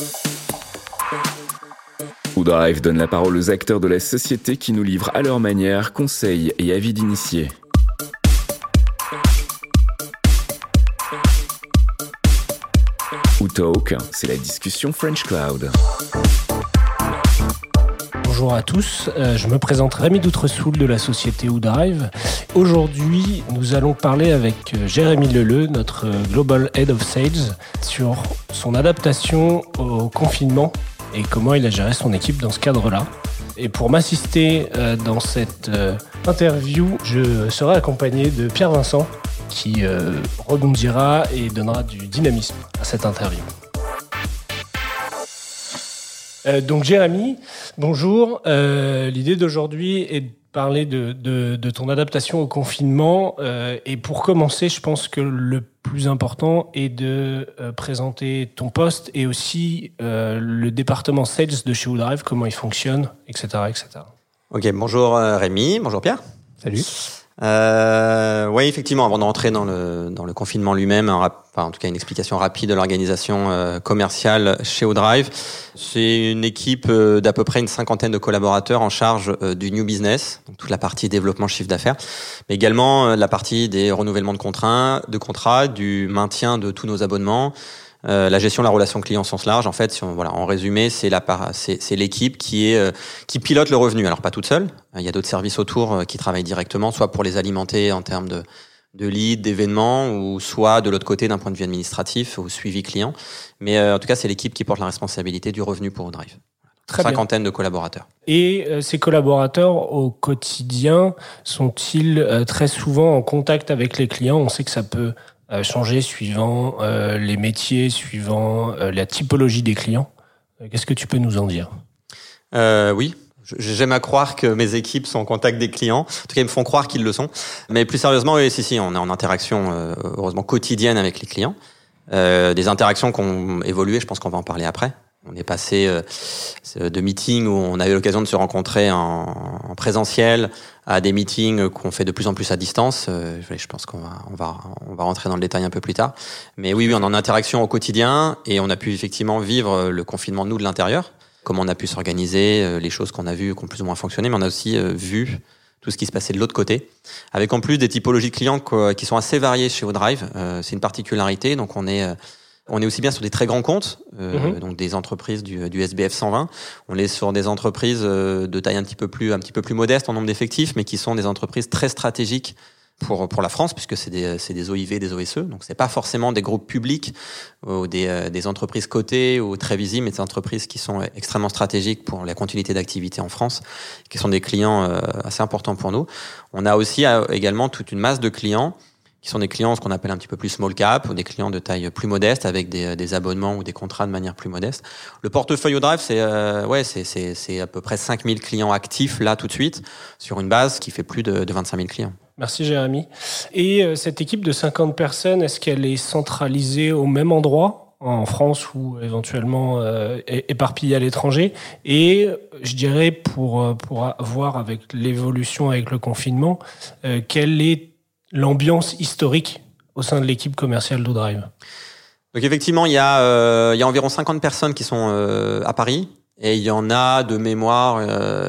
WhoDrive donne la parole aux acteurs de la société qui nous livrent à leur manière conseils et avis d'initiés. WhoTalk, c'est la discussion French Cloud. Bonjour à tous, je me présente Rémi Doutresoul de la société WhoDrive. Aujourd'hui, nous allons parler avec Jérémy Leleu, notre Global Head of Sales, sur son adaptation au confinement et comment il a géré son équipe dans ce cadre-là. Et pour m'assister dans cette interview, je serai accompagné de Pierre Vincent qui rebondira et donnera du dynamisme à cette interview. Donc Jérémy, bonjour. L'idée d'aujourd'hui est de parler de ton adaptation au confinement. Et pour commencer, je pense que le plus important est de présenter ton poste et aussi le département Sales de chez WhoDrive, comment il fonctionne, etc., etc. Ok, bonjour Rémi, bonjour Pierre. Salut. Oui, effectivement, avant de rentrer dans le confinement lui-même, en tout cas une explication rapide de l'organisation commerciale chez WhoDrive. C'est une équipe d'à peu près une cinquantaine de collaborateurs en charge du new business, donc toute la partie développement chiffre d'affaires, mais également la partie des renouvellements de contrats, du maintien de tous nos abonnements, la gestion de la relation client au sens large. En fait, en résumé, c'est l'équipe qui pilote le revenu. Alors pas toute seule, il y a d'autres services autour qui travaillent directement, soit pour les alimenter en termes de leads, d'événements, ou soit de l'autre côté d'un point de vue administratif ou suivi client. Mais en tout cas, c'est l'équipe qui porte la responsabilité du revenu pour WhoDrive. Très cinquantaine de collaborateurs. Et ces collaborateurs, au quotidien, sont-ils très souvent en contact avec les clients ? On sait que ça peut changer suivant les métiers, suivant la typologie des clients. Qu'est-ce que tu peux nous en dire ? Oui. J'aime à croire que mes équipes sont en contact des clients. En tout cas, ils me font croire qu'ils le sont. Mais plus sérieusement, oui, si, on est en interaction, heureusement, quotidienne avec les clients. Des interactions qui ont évolué, je pense qu'on va en parler après. On est passé de meetings où on avait l'occasion de se rencontrer en présentiel à des meetings qu'on fait de plus en plus à distance. Je pense qu'on va rentrer dans le détail un peu plus tard. Mais oui, on est en interaction au quotidien et on a pu effectivement vivre le confinement, nous, de l'intérieur. Comment on a pu s'organiser, les choses qu'on a vues, qui ont plus ou moins fonctionné, mais on a aussi vu tout ce qui se passait de l'autre côté, avec en plus des typologies de clients qui sont assez variées chez WhoDrive. C'est une particularité, donc on est aussi bien sur des très grands comptes, donc des entreprises du SBF 120. On est sur des entreprises de taille un petit peu plus modeste en nombre d'effectifs, mais qui sont des entreprises très stratégiques pour la France, puisque c'est des OIV, des OSE. Donc c'est pas forcément des groupes publics ou des entreprises cotées ou très visibles, mais des entreprises qui sont extrêmement stratégiques pour la continuité d'activité en France, qui sont des clients assez importants pour nous. On a aussi également toute une masse de clients qui sont des clients, ce qu'on appelle un petit peu plus small cap, ou des clients de taille plus modeste, avec des abonnements ou des contrats de manière plus modeste. Le portefeuille WhoDrive, c'est à peu près 5000 clients actifs, là, tout de suite, sur une base qui fait plus de 25 000 clients. Merci Jérémy. Et cette équipe de 50 personnes, est-ce qu'elle est centralisée au même endroit, en France ou éventuellement éparpillée à l'étranger ? Et je dirais, pour voir avec l'évolution, avec le confinement, quelle est l'ambiance historique au sein de l'équipe commerciale WhoDrive ? Donc effectivement, il y a environ 50 personnes qui sont à Paris, et il y en a de mémoire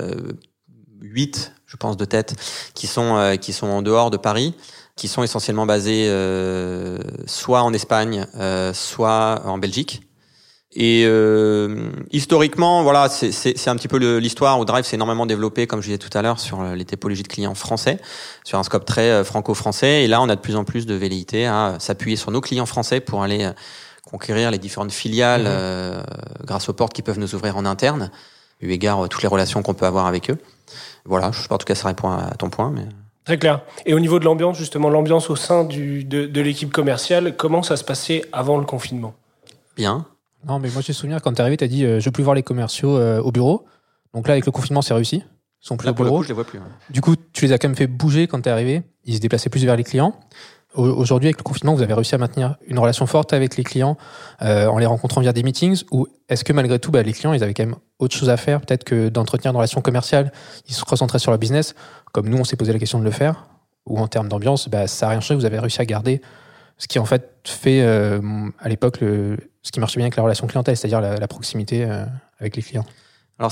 8, je pense de tête, qui sont en dehors de Paris, qui sont essentiellement basés soit en Espagne, soit en Belgique. Et historiquement, voilà, c'est un petit peu l'histoire. WhoDrive s'est énormément développé, comme je disais tout à l'heure, sur les typologies de clients français, sur un scope très franco-français. Et là, on a de plus en plus de velléité à s'appuyer sur nos clients français pour aller conquérir les différentes filiales grâce aux portes qui peuvent nous ouvrir en interne, eu égard toutes les relations qu'on peut avoir avec eux. Voilà, je sais pas, en tout cas, ça répond à ton point. Mais... Très clair. Et au niveau de l'ambiance, justement, l'ambiance au sein de l'équipe commerciale, comment ça se passait avant le confinement ? Bien. Non, mais moi, j'ai souvenir, quand t'es arrivé, t'as dit je veux plus voir les commerciaux au bureau. Donc là, avec le confinement, c'est réussi. Ils sont plus là, au bureau. Pour le coup, je les vois plus. Ouais. Du coup, tu les as quand même fait bouger quand t'es arrivé. Ils se déplaçaient plus vers les clients. Aujourd'hui, avec le confinement, vous avez réussi à maintenir une relation forte avec les clients en les rencontrant via des meetings, ou est-ce que malgré tout, les clients, ils avaient quand même autre chose à faire, peut-être que d'entretenir une relation commerciale, ils se concentraient sur leur business, comme nous, on s'est posé la question de le faire, ou en termes d'ambiance, ça n'a rien changé, vous avez réussi à garder ce qui en fait fait à l'époque ce qui marchait bien avec la relation clientèle, c'est-à-dire la proximité avec les clients. Alors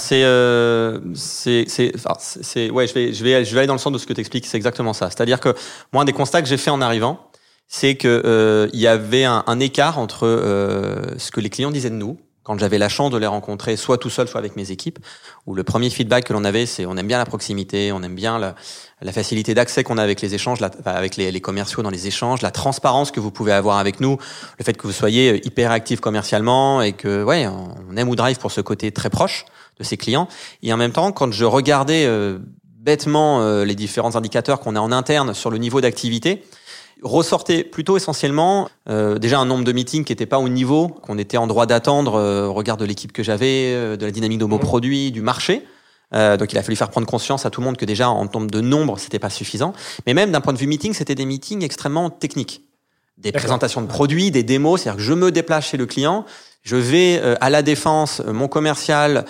ouais, je vais aller dans le sens de ce que tu expliques, c'est exactement ça. C'est-à-dire que moi, un des constats que j'ai fait en arrivant, c'est que il y avait un écart entre ce que les clients disaient de nous quand j'avais la chance de les rencontrer, soit tout seul, soit avec mes équipes, où le premier feedback que l'on avait, c'est on aime bien la proximité, on aime bien la facilité d'accès qu'on a avec les échanges, avec les commerciaux dans les échanges, la transparence que vous pouvez avoir avec nous, le fait que vous soyez hyper actif commercialement et que ouais, on aime Woodrive pour ce côté très proche de ses clients. Et en même temps, quand je regardais bêtement les différents indicateurs qu'on a en interne sur le niveau d'activité, ressortait plutôt essentiellement déjà un nombre de meetings qui n'était pas au niveau qu'on était en droit d'attendre au regard de l'équipe que j'avais, de la dynamique de nos produits, du marché. Donc il a fallu faire prendre conscience à tout le monde que déjà en termes de nombre, c'était pas suffisant. Mais même d'un point de vue meeting, c'était des meetings extrêmement techniques. Des présentations de produits, des démos, c'est-à-dire que je me déplace chez le client, je vais à la défense, mon commercial,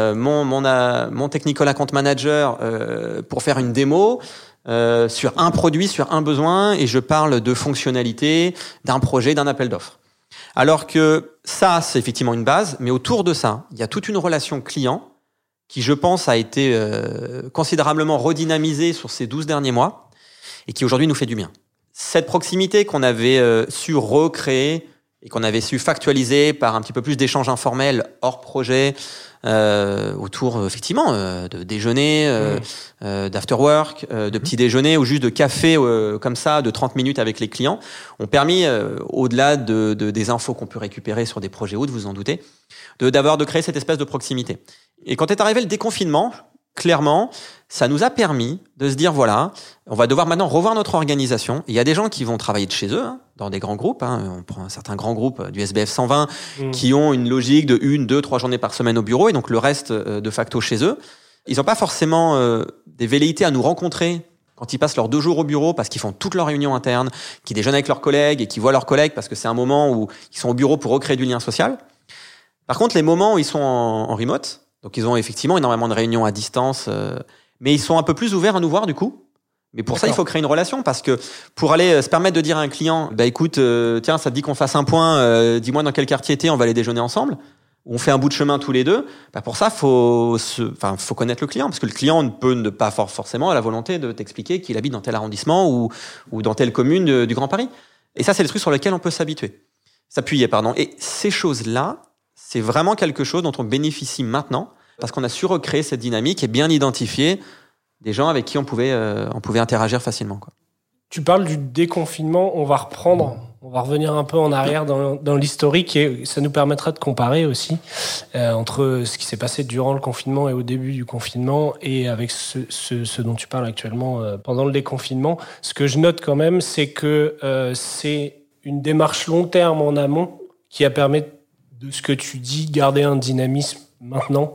mon technical account manager pour faire une démo sur un produit, sur un besoin, et je parle de fonctionnalité, d'un projet, d'un appel d'offres. Alors que ça, c'est effectivement une base, mais autour de ça, il y a toute une relation client qui, je pense, a été considérablement redynamisée sur ces 12 derniers mois et qui aujourd'hui nous fait du bien. Cette proximité qu'on avait su recréer et qu'on avait su factualiser par un petit peu plus d'échanges informels hors projet, autour effectivement de déjeuner, d'afterwork, de petits déjeuners ou juste de café comme ça de 30 minutes avec les clients, ont permis au-delà des infos qu'on peut récupérer sur des projets ou vous en doutez, de créer cette espèce de proximité. Et quand est arrivé le déconfinement, clairement, ça nous a permis de se dire voilà, on va devoir maintenant revoir notre organisation. Il y a des gens qui vont travailler de chez eux, dans des grands groupes. On prend un certain grand groupe du SBF 120 qui ont une logique de 1, 2, 3 journées par semaine au bureau et donc le reste de facto chez eux. Ils n'ont pas forcément des velléités à nous rencontrer quand ils passent leurs 2 jours au bureau parce qu'ils font toutes leurs réunions internes, qui déjeunent avec leurs collègues et qui voient leurs collègues parce que c'est un moment où ils sont au bureau pour recréer du lien social. Par contre, les moments où ils sont en remote, donc ils ont effectivement énormément de réunions à distance, mais ils sont un peu plus ouverts à nous voir du coup. Mais pour ça, il faut créer une relation parce que pour aller se permettre de dire à un client, bah écoute, tiens, ça te dit qu'on fasse un point, dis-moi dans quel quartier t'es, on va aller déjeuner ensemble. On fait un bout de chemin tous les deux. Bah pour ça, faut connaître le client parce que le client ne peut ne pas forcément à la volonté de t'expliquer qu'il habite dans tel arrondissement ou dans telle commune du Grand Paris. Et ça, c'est le truc sur lequel on peut s'appuyer. Et ces choses-là, c'est vraiment quelque chose dont on bénéficie maintenant parce qu'on a su recréer cette dynamique et bien identifier des gens avec qui on pouvait interagir facilement, quoi. Tu parles du déconfinement, on va revenir un peu en arrière dans l'historique et ça nous permettra de comparer aussi entre ce qui s'est passé durant le confinement et au début du confinement et avec ce dont tu parles actuellement pendant le déconfinement. Ce que je note quand même, c'est que c'est une démarche long terme en amont qui a permis, de ce que tu dis, garder un dynamisme maintenant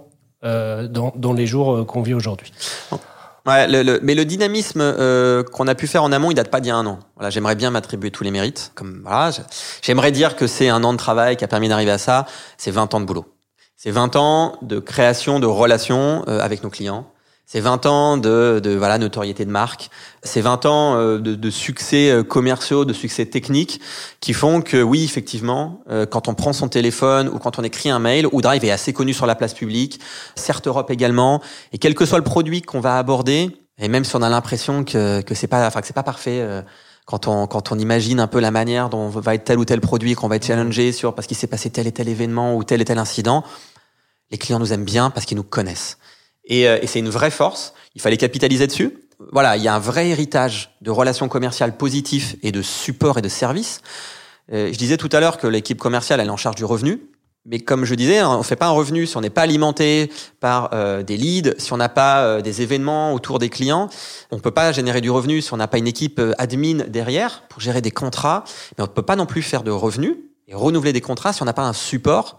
dans les jours qu'on vit aujourd'hui. Ouais, mais le dynamisme qu'on a pu faire en amont, il date pas d'il y a 1 an. Voilà, j'aimerais bien m'attribuer tous les mérites. J'aimerais dire que c'est 1 an de travail qui a permis d'arriver à ça. C'est 20 ans de boulot. C'est 20 ans de création de relations avec nos clients. C'est 20 ans de notoriété de marque. C'est 20 ans de succès commerciaux, de succès techniques qui font que oui, effectivement, quand on prend son téléphone ou quand on écrit un mail, Woodrive est assez connu sur la place publique, Certes Europe également, et quel que soit le produit qu'on va aborder, et même si on a l'impression que c'est pas parfait, quand on imagine un peu la manière dont va être tel ou tel produit, qu'on va être challengé sur parce qu'il s'est passé tel et tel événement ou tel et tel incident, les clients nous aiment bien parce qu'ils nous connaissent. Et c'est une vraie force. Il fallait capitaliser dessus. Voilà, il y a un vrai héritage de relations commerciales positives et de support et de service. Je disais tout à l'heure que l'équipe commerciale, elle est en charge du revenu. Mais comme je disais, on fait pas un revenu si on n'est pas alimenté par des leads, si on n'a pas des événements autour des clients. On peut pas générer du revenu si on n'a pas une équipe admin derrière pour gérer des contrats. Mais on peut pas non plus faire de revenus et renouveler des contrats si on n'a pas un support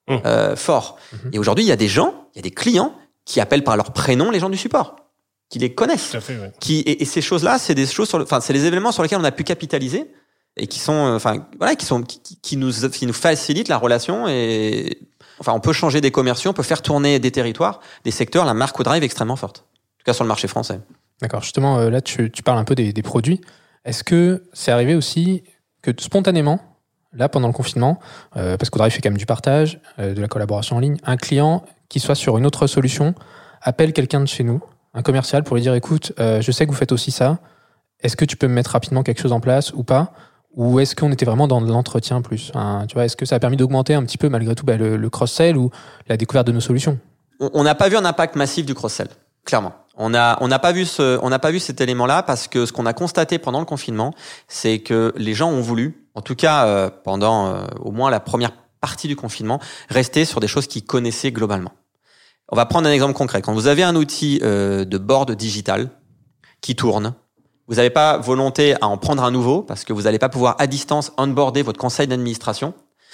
fort. Et aujourd'hui, il y a des clients qui appellent par leur prénom les gens du support, qui les connaissent. Tout à fait, ouais. Et ces choses-là, c'est des choses c'est les événements sur lesquels on a pu capitaliser et qui sont, qui nous facilitent la relation et, on peut changer des commerciaux, on peut faire tourner des territoires, des secteurs, la marque Woodrive est extrêmement forte. En tout cas, sur le marché français. D'accord. Justement, là, tu parles un peu des produits. Est-ce que c'est arrivé aussi que spontanément, là, pendant le confinement, parce qu'Oudrive fait quand même du partage, de la collaboration en ligne, un client qui soit sur une autre solution appelle quelqu'un de chez nous, un commercial, pour lui dire, écoute, je sais que vous faites aussi ça, est-ce que tu peux me mettre rapidement quelque chose en place ou pas ? Ou est-ce qu'on était vraiment dans de l'entretien plus ? Tu vois, est-ce que ça a permis d'augmenter un petit peu malgré tout le cross-sell ou la découverte de nos solutions ? On n'a pas vu un impact massif du cross-sell, clairement. On n'a pas vu cet élément-là parce que ce qu'on a constaté pendant le confinement, c'est que les gens ont voulu, en tout cas pendant au moins la première partie du confinement, rester sur des choses qu'ils connaissaient globalement. On va prendre un exemple concret. Quand vous avez un outil de board digital qui tourne, vous n'avez pas volonté à en prendre un nouveau parce que vous n'allez pas pouvoir à distance onboarder votre conseil d'administration.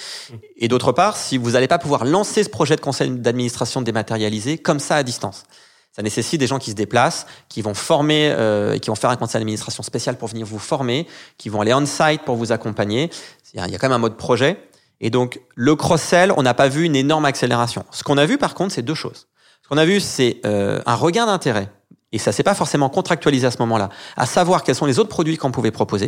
Et d'autre part, si vous n'allez pas pouvoir lancer ce projet de conseil d'administration dématérialisé comme ça à distance. Ça nécessite des gens qui se déplacent, qui vont former, qui vont faire un conseil d'administration spécial pour venir vous former, qui vont aller on-site pour vous accompagner. Il y a quand même un mode projet. Et donc, le cross-sell, on n'a pas vu une énorme accélération. Ce qu'on a vu, par contre, c'est deux choses. Ce qu'on a vu, c'est un regain d'intérêt. Et ça s'est pas forcément contractualisé à ce moment-là. À savoir quels sont les autres produits qu'on pouvait proposer.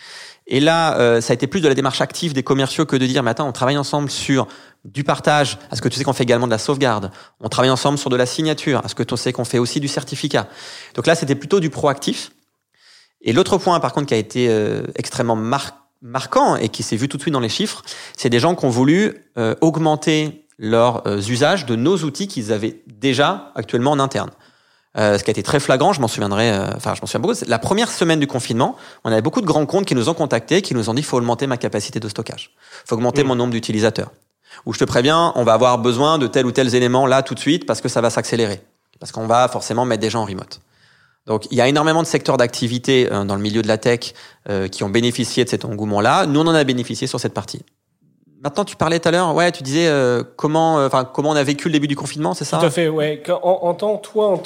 Et là, ça a été plus de la démarche active des commerciaux que de dire, mais attends, on travaille ensemble sur du partage. Est-ce que tu sais qu'on fait également de la sauvegarde ? On travaille ensemble sur de la signature. Est-ce que tu sais qu'on fait aussi du certificat ? Donc là, c'était plutôt du proactif. Et l'autre point, par contre, qui a été extrêmement marquant et qui s'est vu tout de suite dans les chiffres, c'est des gens qui ont voulu augmenter leurs usages de nos outils qu'ils avaient déjà actuellement en interne. Ce qui a été très flagrant, je m'en souviens beaucoup. La première semaine du confinement, on avait beaucoup de grands comptes qui nous ont contactés, qui nous ont dit, faut augmenter ma capacité de stockage. Faut augmenter mon nombre d'utilisateurs. Ou je te préviens, on va avoir besoin de tel ou tel élément là tout de suite parce que ça va s'accélérer. Parce qu'on va forcément mettre des gens en remote. Donc, il y a énormément de secteurs d'activité dans le milieu de la tech qui ont bénéficié de cet engouement-là. Nous, on en a bénéficié sur cette partie. Maintenant, tu parlais tout à l'heure, tu disais comment on a vécu le début du confinement, c'est ça ? Tout à fait, ouais. En tant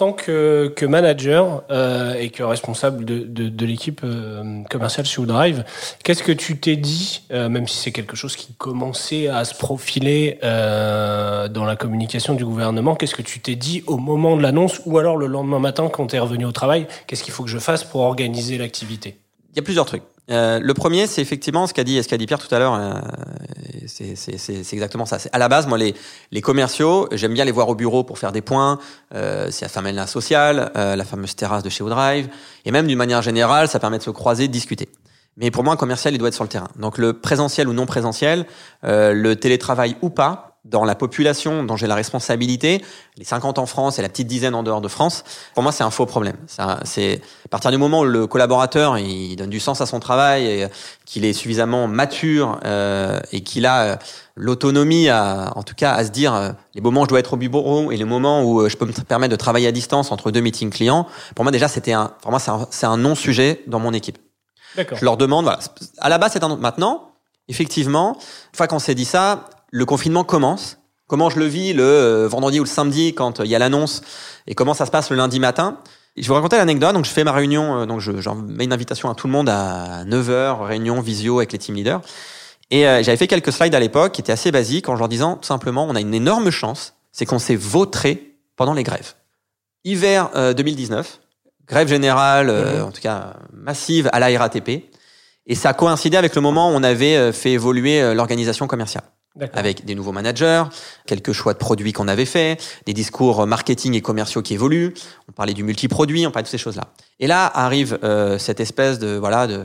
que manager et que responsable de l'équipe commerciale chez Oudrive, qu'est-ce que tu t'es dit, même si c'est quelque chose qui commençait à se profiler dans la communication du gouvernement, qu'est-ce que tu t'es dit au moment de l'annonce ou alors le lendemain matin quand tu es revenu au travail ? Qu'est-ce qu'il faut que je fasse pour organiser l'activité ? Il y a plusieurs trucs. Le premier, c'est effectivement ce qu'a dit Pierre tout à l'heure. C'est exactement ça. À la base, moi, les commerciaux, j'aime bien les voir au bureau pour faire des points. C'est la fameuse lien social, la fameuse terrasse de chez Oudrive, et même d'une manière générale, ça permet de se croiser, de discuter. Mais pour moi, un commercial, il doit être sur le terrain. Donc le présentiel ou non présentiel, le télétravail ou pas, dans la population dont j'ai la responsabilité, les 50 en France et la petite dizaine en dehors de France, pour moi, c'est un faux problème. C'est à partir du moment où le collaborateur, il donne du sens à son travail, et qu'il est suffisamment mature et qu'il a l'autonomie, en tout cas, à se dire les moments où je dois être au bureau et les moments où je peux me permettre de travailler à distance entre deux meetings clients. Pour moi, déjà, c'est un non-sujet dans mon équipe. D'accord. Je leur demande, voilà. À la base, c'est un non. Maintenant, effectivement, une fois qu'on s'est dit ça, le confinement commence. Comment je le vis le vendredi ou le samedi quand il y a l'annonce et comment ça se passe le lundi matin. Et je vais vous raconter l'anecdote. Donc, je fais ma réunion. Donc, j'en mets une invitation à tout le monde à 9h, réunion visio avec les team leaders. Et j'avais fait quelques slides à l'époque qui étaient assez basiques en leur disant tout simplement, on a une énorme chance, c'est qu'on s'est vautré pendant les grèves. Hiver 2019, grève générale, en tout cas massive à la RATP. Et ça a coïncidé avec le moment où on avait fait évoluer l'organisation commerciale. D'accord. Avec des nouveaux managers, quelques choix de produits qu'on avait fait, des discours marketing et commerciaux qui évoluent. On parlait du multiproduit, on parlait de ces choses-là. Et là arrive cette espèce de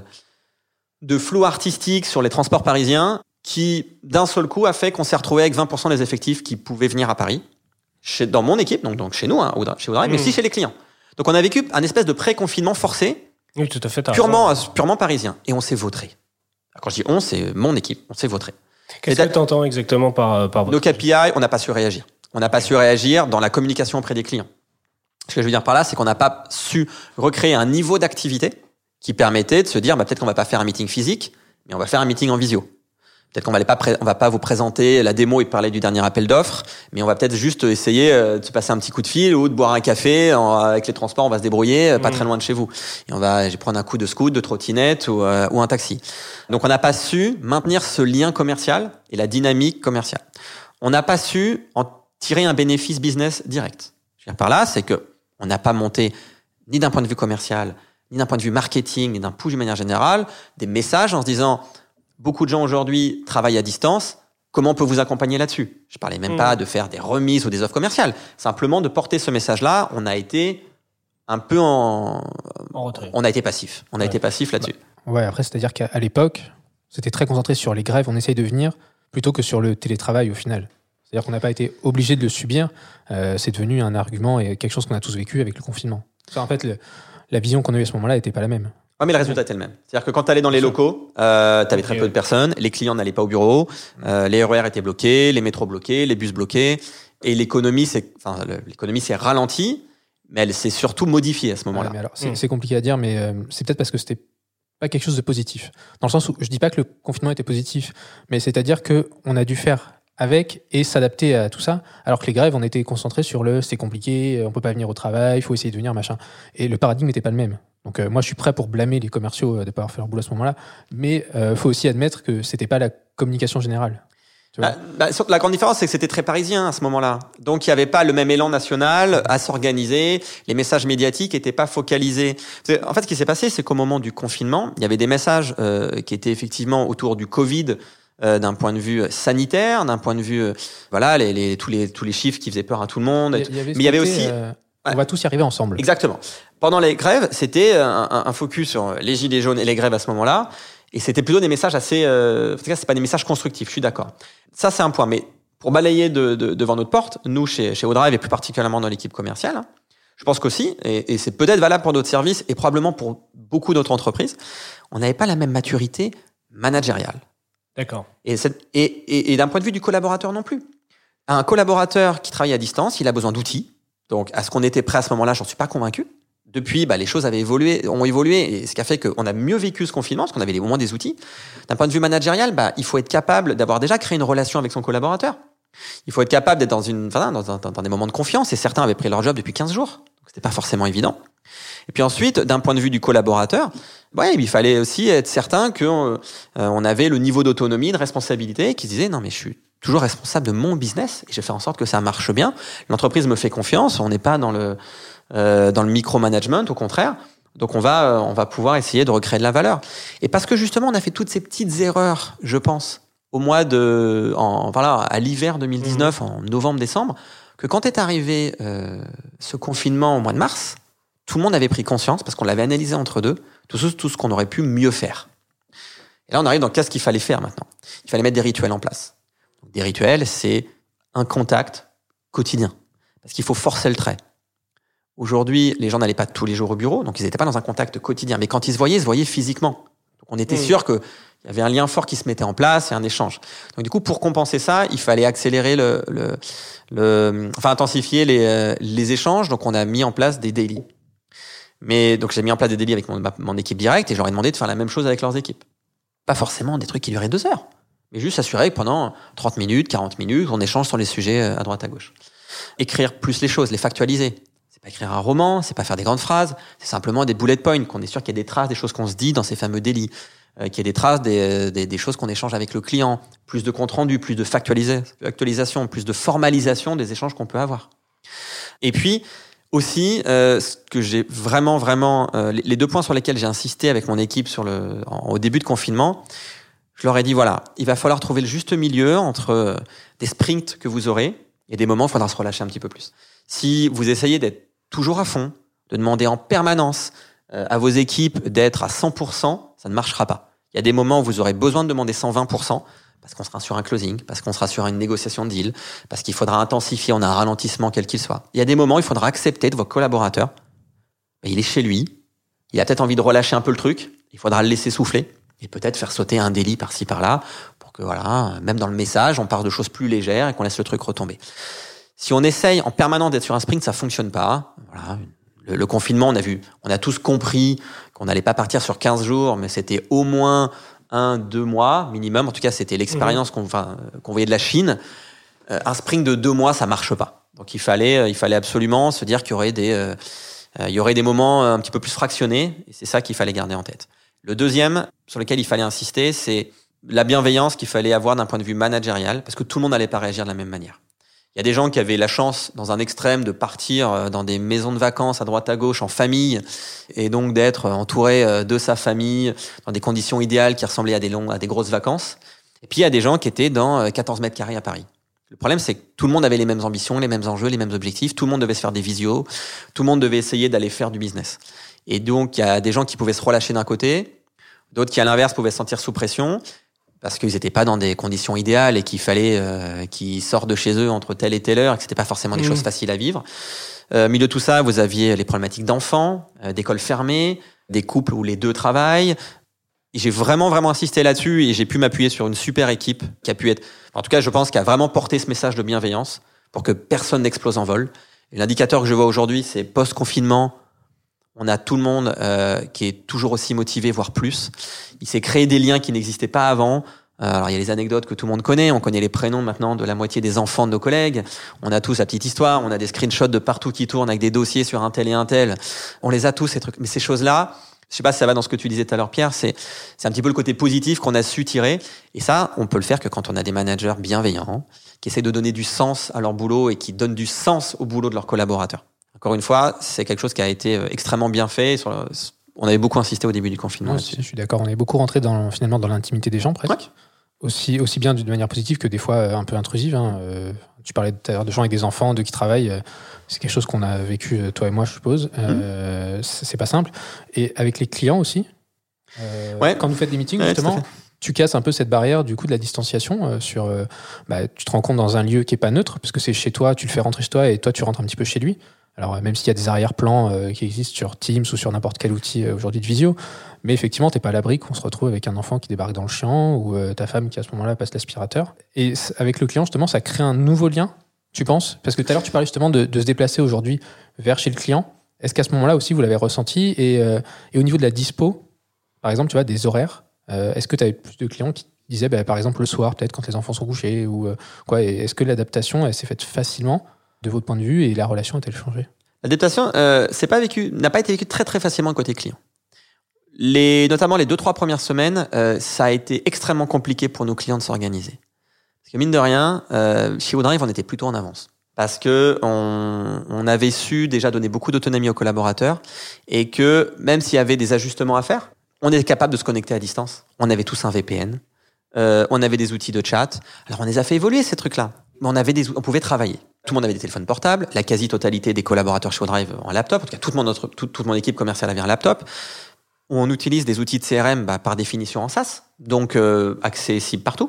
flou artistique sur les transports parisiens qui, d'un seul coup, a fait qu'on s'est retrouvé avec 20% des effectifs qui pouvaient venir à Paris, dans mon équipe, donc chez nous, chez Oudrive, mais aussi chez les clients. Donc on a vécu un espèce de pré-confinement forcé, oui, tout à fait, purement parisien. Et on s'est vautré. Quand je dis on, c'est mon équipe, on s'est vautré. Qu'est-ce que tu entends exactement par votre... Nos KPI, on n'a pas su réagir. On n'a pas su réagir dans la communication auprès des clients. Ce que je veux dire par là, c'est qu'on n'a pas su recréer un niveau d'activité qui permettait de se dire, peut-être qu'on va pas faire un meeting physique, mais on va faire un meeting en visio. Peut-être qu'on va pas vous présenter la démo et parler du dernier appel d'offres, mais on va peut-être juste essayer de se passer un petit coup de fil ou de boire un café. Avec les transports, on va se débrouiller, pas très loin de chez vous. Et je vais prendre un coup de scoot, de trottinette ou un taxi. Donc on n'a pas su maintenir ce lien commercial et la dynamique commerciale. On n'a pas su en tirer un bénéfice business direct. Je veux dire par là, c'est que on n'a pas monté ni d'un point de vue commercial, ni d'un point de vue marketing, ni d'un push de manière générale, des messages en se disant beaucoup de gens aujourd'hui travaillent à distance. Comment on peut vous accompagner là-dessus? Je parlais même pas de faire des remises ou des offres commerciales. Simplement de porter ce message-là. On a été un peu en retrait. On a été passif. On a été passif là-dessus. Ouais, après, c'est-à-dire qu'à l'époque, c'était très concentré sur les grèves, on essaye de venir, plutôt que sur le télétravail au final. C'est-à-dire qu'on n'a pas été obligé de le subir. C'est devenu un argument et quelque chose qu'on a tous vécu avec le confinement. En fait, la vision qu'on a eue à ce moment-là n'était pas la même. Ouais, mais le résultat était le même. C'est-à-dire que quand tu allais dans les locaux, tu avais très peu de personnes, les clients n'allaient pas au bureau, les RER étaient bloqués, les métros bloqués, les bus bloqués, et l'économie s'est ralentie, mais elle s'est surtout modifiée à ce moment-là. Ouais, mais alors, c'est compliqué à dire, mais c'est peut-être parce que c'était pas quelque chose de positif. Dans le sens où je dis pas que le confinement était positif, mais c'est-à-dire que on a dû faire avec et s'adapter à tout ça, alors que les grèves, on était concentrés sur c'est compliqué, on peut pas venir au travail, il faut essayer de venir, machin. Et le paradigme n'était pas le même. Donc moi, je suis prêt pour blâmer les commerciaux de pas avoir fait leur boulot à ce moment-là, mais faut aussi admettre que c'était pas la communication générale. La grande différence, c'est que c'était très parisien à ce moment-là. Donc, il n'y avait pas le même élan national à s'organiser. Les messages médiatiques n'étaient pas focalisés. En fait, ce qui s'est passé, c'est qu'au moment du confinement, il y avait des messages qui étaient effectivement autour du Covid, d'un point de vue sanitaire, d'un point de vue, tous les chiffres qui faisaient peur à tout le monde. Mais il y avait aussi... on va tous y arriver ensemble. Exactement. Pendant les grèves, c'était un focus sur les gilets jaunes et les grèves à ce moment-là. Et c'était plutôt des messages assez... en tout cas, c'est pas des messages constructifs, je suis d'accord. Ça, c'est un point. Mais pour balayer devant notre porte, nous, chez ODrive, et plus particulièrement dans l'équipe commerciale, je pense qu'aussi, et c'est peut-être valable pour d'autres services, et probablement pour beaucoup d'autres entreprises, on n'avait pas la même maturité managériale. D'accord. Et d'un point de vue du collaborateur non plus. Un collaborateur qui travaille à distance, il a besoin d'outils. Donc, à ce qu'on était prêt à ce moment-là, j'en suis pas convaincu. Depuis, les choses ont évolué, et ce qui a fait qu'on a mieux vécu ce confinement, parce qu'on avait au moins des outils. D'un point de vue managérial, il faut être capable d'avoir déjà créé une relation avec son collaborateur. Il faut être capable d'être dans des moments de confiance, et certains avaient pris leur job depuis 15 jours. Donc, c'était pas forcément évident. Et puis ensuite, d'un point de vue du collaborateur, il fallait aussi être certain que on avait le niveau d'autonomie, de responsabilité, qui se disait non mais je suis toujours responsable de mon business et je vais faire en sorte que ça marche bien. L'entreprise me fait confiance, on n'est pas dans le micromanagement, au contraire. Donc on va pouvoir essayer de recréer de la valeur. Et parce que justement on a fait toutes ces petites erreurs, je pense, au mois à l'hiver 2019, en novembre-décembre, que quand est arrivé ce confinement au mois de mars, tout le monde avait pris conscience, parce qu'on l'avait analysé entre deux, tout ce qu'on aurait pu mieux faire. Et là, on arrive dans qu'est-ce qu'il fallait faire maintenant. Il fallait mettre des rituels en place. Donc, des rituels, c'est un contact quotidien. Parce qu'il faut forcer le trait. Aujourd'hui, les gens n'allaient pas tous les jours au bureau, donc ils n'étaient pas dans un contact quotidien. Mais quand ils se voyaient physiquement. Donc on était sûr qu'il y avait un lien fort qui se mettait en place et un échange. Donc du coup, pour compenser ça, il fallait accélérer intensifier les échanges. Donc on a mis en place des daily. Mais donc j'ai mis en place des daily avec mon équipe directe et je leur ai demandé de faire la même chose avec leurs équipes. Pas forcément des trucs qui duraient 2 heures, mais juste s'assurer que pendant 30 minutes, 40 minutes, on échange sur les sujets à droite à gauche. Écrire plus les choses, les factualiser. C'est pas écrire un roman, c'est pas faire des grandes phrases, c'est simplement des bullet points, qu'on est sûr qu'il y a des traces des choses qu'on se dit dans ces fameux daily, qu'il y a des traces des choses qu'on échange avec le client, plus de compte rendu, plus de actualisation, plus de formalisation des échanges qu'on peut avoir. Et puis aussi, ce que j'ai vraiment, les 2 points sur lesquels j'ai insisté avec mon équipe au début de confinement, je leur ai dit voilà, il va falloir trouver le juste milieu entre des sprints que vous aurez et des moments où il faudra se relâcher un petit peu plus. Si vous essayez d'être toujours à fond, de demander en permanence à vos équipes d'être à 100%, ça ne marchera pas. Il y a des moments où vous aurez besoin de demander 120%, parce qu'on sera sur un closing, parce qu'on sera sur une négociation de deal, parce qu'il faudra intensifier, on a un ralentissement quel qu'il soit. Il y a des moments où il faudra accepter de vos collaborateurs, il est chez lui, il a peut-être envie de relâcher un peu le truc, il faudra le laisser souffler, et peut-être faire sauter un daily par-ci par-là, pour que même dans le message, on part de choses plus légères et qu'on laisse le truc retomber. Si on essaye en permanence d'être sur un sprint, ça fonctionne pas. Voilà. Le confinement, on a tous compris qu'on n'allait pas partir sur 15 jours, mais c'était au moins 1-2 mois minimum. En tout cas, c'était l'expérience qu'on voyait de la Chine. Un sprint de 2 mois, ça marche pas. Donc il fallait absolument se dire qu'il y aurait des moments un petit peu plus fractionnés, et c'est ça qu'il fallait garder en tête. Le deuxième, sur lequel il fallait insister, c'est la bienveillance qu'il fallait avoir d'un point de vue managérial, parce que tout le monde n'allait pas réagir de la même manière. Il y a des gens qui avaient la chance, dans un extrême, de partir dans des maisons de vacances à droite à gauche, en famille, et donc d'être entouré de sa famille, dans des conditions idéales qui ressemblaient à des grosses vacances. Et puis il y a des gens qui étaient dans 14 mètres carrés à Paris. Le problème, c'est que tout le monde avait les mêmes ambitions, les mêmes enjeux, les mêmes objectifs. Tout le monde devait se faire des visios. Tout le monde devait essayer d'aller faire du business. Et donc, il y a des gens qui pouvaient se relâcher d'un côté, d'autres qui, à l'inverse, pouvaient se sentir sous pression parce qu'ils n'étaient pas dans des conditions idéales et qu'il fallait qu'ils sortent de chez eux entre telle et telle heure et que c'était pas forcément des choses faciles à vivre. Au milieu de tout ça, vous aviez les problématiques d'enfants, d'écoles fermées, des couples où les deux travaillent. Et j'ai vraiment insisté là-dessus et j'ai pu m'appuyer sur une super équipe qui a pu être, en tout cas, je pense, qui a vraiment porté ce message de bienveillance pour que personne n'explose en vol. Et l'indicateur que je vois aujourd'hui, c'est post-confinement. On a tout le monde qui est toujours aussi motivé, voire plus. Il s'est créé des liens qui n'existaient pas avant. Alors, il y a les anecdotes que tout le monde connaît. On connaît les prénoms maintenant de la moitié des enfants de nos collègues. On a tous la petite histoire. On a des screenshots de partout qui tournent avec des dossiers sur un tel et un tel. On les a tous, ces trucs. Mais ces choses-là, je sais pas si ça va dans ce que tu disais tout à l'heure, Pierre, c'est un petit peu le côté positif qu'on a su tirer. Et ça, on peut le faire que quand on a des managers bienveillants, qui essaient de donner du sens à leur boulot et qui donnent du sens au boulot de leurs collaborateurs. Encore une fois, c'est quelque chose qui a été extrêmement bien fait. On avait beaucoup insisté au début du confinement. Ouais, je suis d'accord. On est beaucoup rentré finalement dans l'intimité des gens, presque. Ouais. Aussi bien de manière positive que des fois un peu intrusive. Tu parlais tout à l'heure de gens avec des enfants, de qui travaillent. C'est quelque chose qu'on a vécu, toi et moi, je suppose. C'est pas simple. Et avec les clients aussi. Quand vous faites des meetings, justement, tu casses un peu cette barrière du coup de la distanciation tu te rends compte dans un lieu qui est pas neutre, parce que c'est chez toi, tu le fais rentrer chez toi et toi, tu rentres un petit peu chez lui. Alors, même s'il y a des arrière-plans qui existent sur Teams ou sur n'importe quel outil aujourd'hui de visio, mais effectivement, t'es pas à l'abri qu'on se retrouve avec un enfant qui débarque dans le champ ou ta femme qui, à ce moment-là, passe l'aspirateur. Et avec le client, justement, ça crée un nouveau lien, tu penses ? Parce que tout à l'heure, tu parlais justement de se déplacer aujourd'hui vers chez le client. Est-ce qu'à ce moment-là aussi, vous l'avez ressenti ? Et au niveau de la dispo, par exemple, tu vois, des horaires, est-ce que tu avais plus de clients qui disaient, par exemple, le soir, peut-être quand les enfants sont couchés ou quoi ? Et est-ce que l'adaptation, elle s'est faite facilement de votre point de vue et la relation a-t-elle changé ? L'adaptation n'a pas été vécue très très facilement côté client. Notamment les 2-3 premières semaines, ça a été extrêmement compliqué pour nos clients de s'organiser. Parce que mine de rien, chez WooDrive, on était plutôt en avance. Parce que on avait su déjà donner beaucoup d'autonomie aux collaborateurs et que même s'il y avait des ajustements à faire, on est capable de se connecter à distance. On avait tous un VPN, on avait des outils de chat. Alors on les a fait évoluer ces trucs-là, mais on pouvait travailler. Tout le monde avait des téléphones portables, la quasi-totalité des collaborateurs chez WooDrive en laptop, en tout cas toute mon équipe commerciale avait un laptop. On utilise des outils de CRM par définition en SaaS, donc accessibles partout,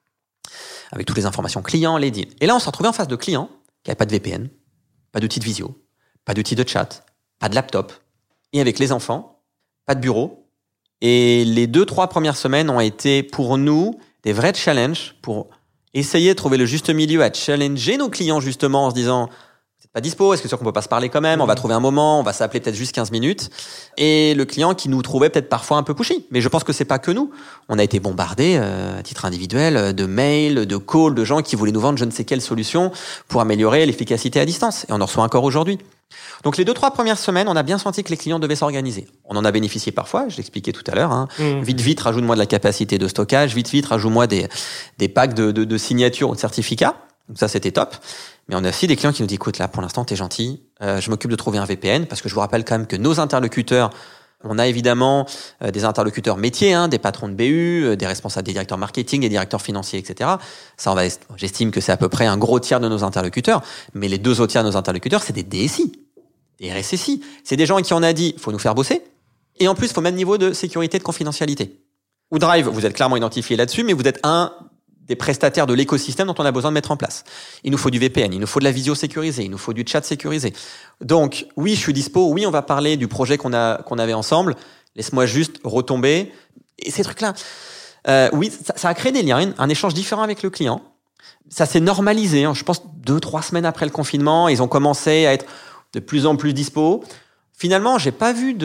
avec toutes les informations clients, les deals. Et là, on s'est retrouvé en face de clients qui n'avaient pas de VPN, pas d'outils de visio, pas d'outils de chat, pas de laptop, et avec les enfants, pas de bureau. Et les 2-3 premières semaines ont été pour nous des vrais challenges pour essayer de trouver le juste milieu à challenger nos clients justement en se disant « Vous n'êtes pas dispo, est-ce que c'est sûr qu'on peut pas se parler quand même ? On va trouver un moment, on va s'appeler peut-être juste 15 minutes. » Et le client qui nous trouvait peut-être parfois un peu pushy. Mais je pense que c'est pas que nous. On a été bombardés à titre individuel de mails, de calls, de gens qui voulaient nous vendre je ne sais quelle solution pour améliorer l'efficacité à distance. Et on en reçoit encore aujourd'hui. Donc les 2-3 premières semaines, on a bien senti que les clients devaient s'organiser. On en a bénéficié parfois, je l'expliquais tout à l'heure. Vite, rajoute-moi de la capacité de stockage. Vite, rajoute-moi des packs de signatures ou de certificats. Donc ça, c'était top. Mais on a aussi des clients qui nous disent, écoute, là, pour l'instant, t'es gentil. Je m'occupe de trouver un VPN parce que je vous rappelle quand même que nos interlocuteurs, on a évidemment des interlocuteurs métiers, des patrons de BU, des responsables, des directeurs marketing, des directeurs financiers, etc. Ça, j'estime que c'est à peu près un gros tiers de nos interlocuteurs. Mais les 2 autres tiers de nos interlocuteurs, c'est des DSI, des RSSI. C'est des gens à qui on a dit, faut nous faire bosser. Et en plus, il faut même niveau de sécurité et de confidentialité. WooDrive, vous êtes clairement identifié là-dessus, mais vous êtes un des prestataires de l'écosystème dont on a besoin de mettre en place. Il nous faut du VPN, il nous faut de la visio sécurisée, il nous faut du chat sécurisé. Donc, oui, je suis dispo, oui, on va parler du projet qu'on avait ensemble. Laisse-moi juste retomber. Et ces trucs-là, oui, ça a créé des liens, un échange différent avec le client. Ça s'est normalisé, je pense 2-3 semaines après le confinement, ils ont commencé à être de plus en plus dispo. Finalement, j'ai pas vu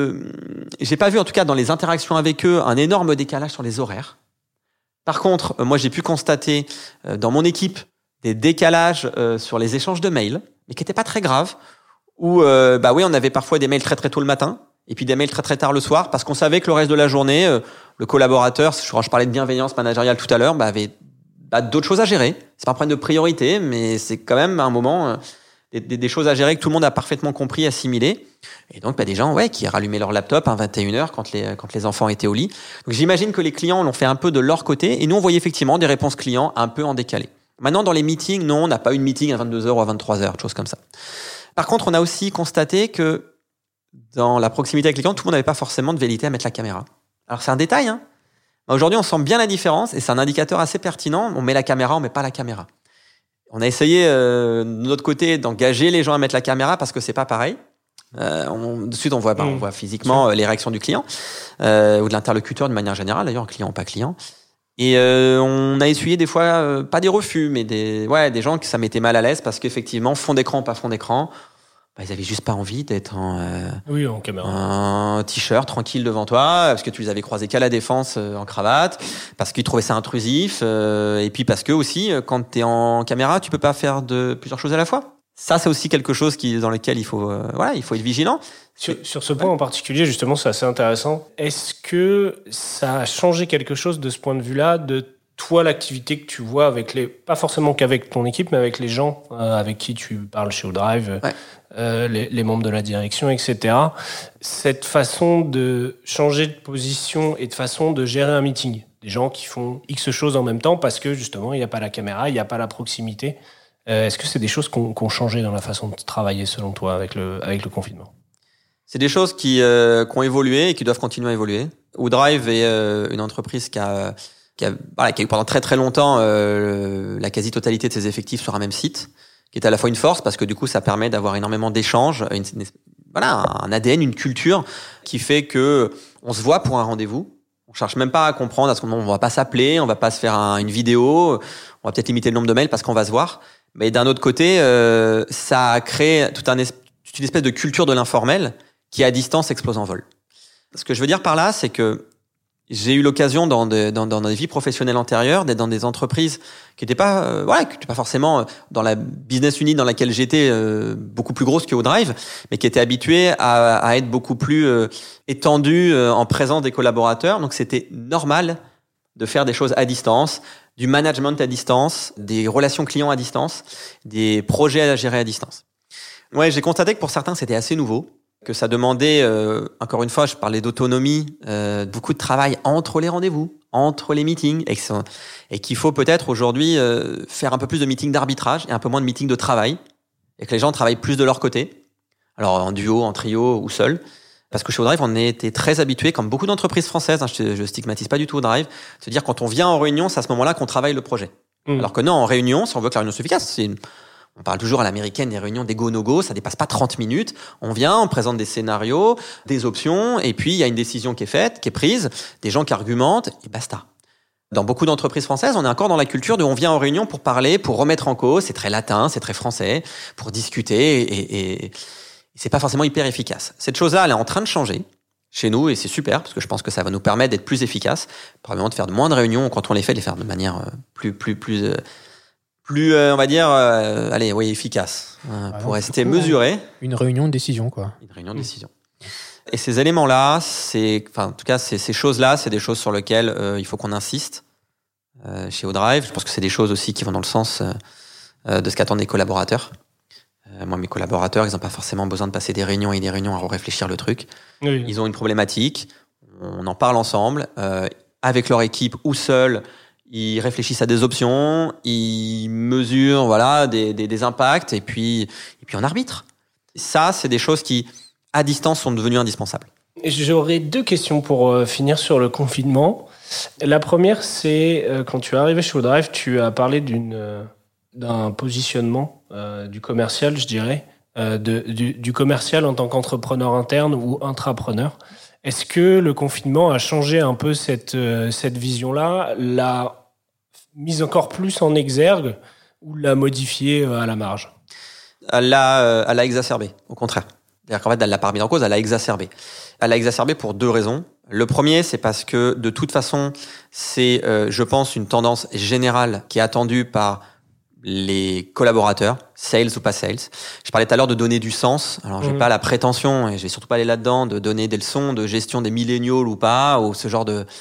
en tout cas dans les interactions avec eux un énorme décalage sur les horaires. Par contre, moi, j'ai pu constater dans mon équipe des décalages sur les échanges de mails, mais qui n'étaient pas très graves, où oui, on avait parfois des mails très très tôt le matin, et puis des mails très très tard le soir, parce qu'on savait que le reste de la journée, le collaborateur, je parlais de bienveillance managériale tout à l'heure, d'autres choses à gérer. C'est pas un problème de priorité, mais c'est quand même un moment des choses à gérer que tout le monde a parfaitement compris, assimilé. Et donc, des gens qui rallumaient leur laptop à 21h quand les enfants étaient au lit. Donc, j'imagine que les clients l'ont fait un peu de leur côté. Et nous, on voyait effectivement des réponses clients un peu en décalé. Maintenant, dans les meetings, non, on n'a pas eu de meeting à 22h ou à 23h, choses comme ça. Par contre, on a aussi constaté que dans la proximité avec les clients, tout le monde n'avait pas forcément de velléité à mettre la caméra. Alors, c'est un détail, hein. Aujourd'hui, on sent bien la différence et c'est un indicateur assez pertinent. On met la caméra, on met pas la caméra. On a essayé, de notre côté, d'engager les gens à mettre la caméra parce que c'est pas pareil. De suite, on voit physiquement les réactions du client ou de l'interlocuteur de manière générale, d'ailleurs, client ou pas client. Et on a essuyé des fois, pas des refus, mais des gens que ça mettait mal à l'aise parce qu'effectivement, fond d'écran ou pas fond d'écran, ils avaient juste pas envie d'être en caméra, un t-shirt tranquille devant toi, parce que tu les avais croisés qu'à la défense en cravate, parce qu'ils trouvaient ça intrusif, et puis parce que aussi, quand t'es en caméra, tu peux pas faire plusieurs choses à la fois. Ça, c'est aussi quelque chose dans lequel il faut être vigilant. Sur ce point en particulier, justement, c'est assez intéressant. Est-ce que ça a changé quelque chose de ce point de vue-là, de toi, l'activité que tu vois pas forcément qu'avec ton équipe, mais avec les gens avec qui tu parles chez Woodrive, les membres de la direction, etc. Cette façon de changer de position et de façon de gérer un meeting. Des gens qui font X choses en même temps parce que, justement, il n'y a pas la caméra, il n'y a pas la proximité. Est-ce que c'est des choses qui ont changé dans la façon de travailler, selon toi, avec le confinement ? C'est des choses qui ont évolué et qui doivent continuer à évoluer. Woodrive est une entreprise qui a eu pendant très très longtemps la quasi-totalité de ses effectifs sur un même site, qui est à la fois une force parce que du coup ça permet d'avoir énormément d'échanges, un ADN, une culture qui fait que on se voit pour un rendez-vous. On cherche même pas à comprendre, à ce moment on va pas s'appeler, on va pas se faire une vidéo, on va peut-être limiter le nombre de mails parce qu'on va se voir. Mais d'un autre côté, ça a créé toute une espèce de culture de l'informel qui à distance explose en vol. Ce que je veux dire par là, c'est que j'ai eu l'occasion dans des vies professionnelles antérieures d'être dans des entreprises qui n'étaient pas forcément dans la business unit dans laquelle j'étais beaucoup plus grosse que Woodrive, mais qui étaient habituées à être beaucoup plus étendues en présence des collaborateurs. Donc c'était normal de faire des choses à distance, du management à distance, des relations clients à distance, des projets à gérer à distance. Ouais, j'ai constaté que pour certains c'était assez nouveau, que ça demandait, encore une fois, je parlais d'autonomie, beaucoup de travail entre les rendez-vous, entre les meetings, et qu'il faut peut-être aujourd'hui faire un peu plus de meetings d'arbitrage et un peu moins de meetings de travail, et que les gens travaillent plus de leur côté, alors en duo, en trio ou seul. Parce que chez Woodrive, on était très habitués, comme beaucoup d'entreprises françaises, je stigmatise pas du tout Woodrive, se dire quand on vient en réunion, c'est à ce moment-là qu'on travaille le projet. Alors que non, en réunion, si on veut que la réunion soit efficace, on parle toujours à l'américaine des réunions des go-no-go, ça dépasse pas 30 minutes. On vient, on présente des scénarios, des options, et puis il y a une décision qui est faite, qui est prise, des gens qui argumentent, et basta. Dans beaucoup d'entreprises françaises, on est encore dans la culture de on vient en réunion pour parler, pour remettre en cause, c'est très latin, c'est très français, pour discuter, et c'est pas forcément hyper efficace. Cette chose-là, elle est en train de changer chez nous, et c'est super, parce que je pense que ça va nous permettre d'être plus efficaces, probablement de faire de moins de réunions, quand on les fait, de les faire de manière plus on va dire, efficace, pour rester mesuré. Une réunion de décision, quoi. Une réunion de décision. Et ces éléments-là, en tout cas, ces choses-là, c'est des choses sur lesquelles il faut qu'on insiste chez Woodrive. Je pense que c'est des choses aussi qui vont dans le sens de ce qu'attendent les collaborateurs. Moi, mes collaborateurs, ils n'ont pas forcément besoin de passer des réunions et des réunions à réfléchir le truc. Oui. Ils ont une problématique, on en parle ensemble, avec leur équipe ou seuls. Ils réfléchissent à des options, ils mesurent des impacts et puis on arbitre. Ça, c'est des choses qui, à distance, sont devenues indispensables. J'aurais 2 questions pour finir sur le confinement. La première, c'est quand tu es arrivé chez Woodrive, tu as parlé d'un positionnement du commercial, je dirais, du commercial en tant qu'entrepreneur interne ou intrapreneur. Est-ce que le confinement a changé un peu cette vision-là, l'a mise encore plus en exergue ou l'a modifiée à la marge ? Elle l'a exacerbée, au contraire. C'est-à-dire qu'en fait, elle l'a pas remise en cause, elle l'a exacerbée. Elle l'a exacerbée pour 2 raisons. Le premier, c'est parce que de toute façon, c'est, je pense, une tendance générale qui est attendue par les collaborateurs, sales ou pas sales. Je parlais tout à l'heure de donner du sens. Alors, j'ai pas la prétention, et je vais surtout pas aller là-dedans, de donner des leçons de gestion des milléniaux ou pas, ou ce genre de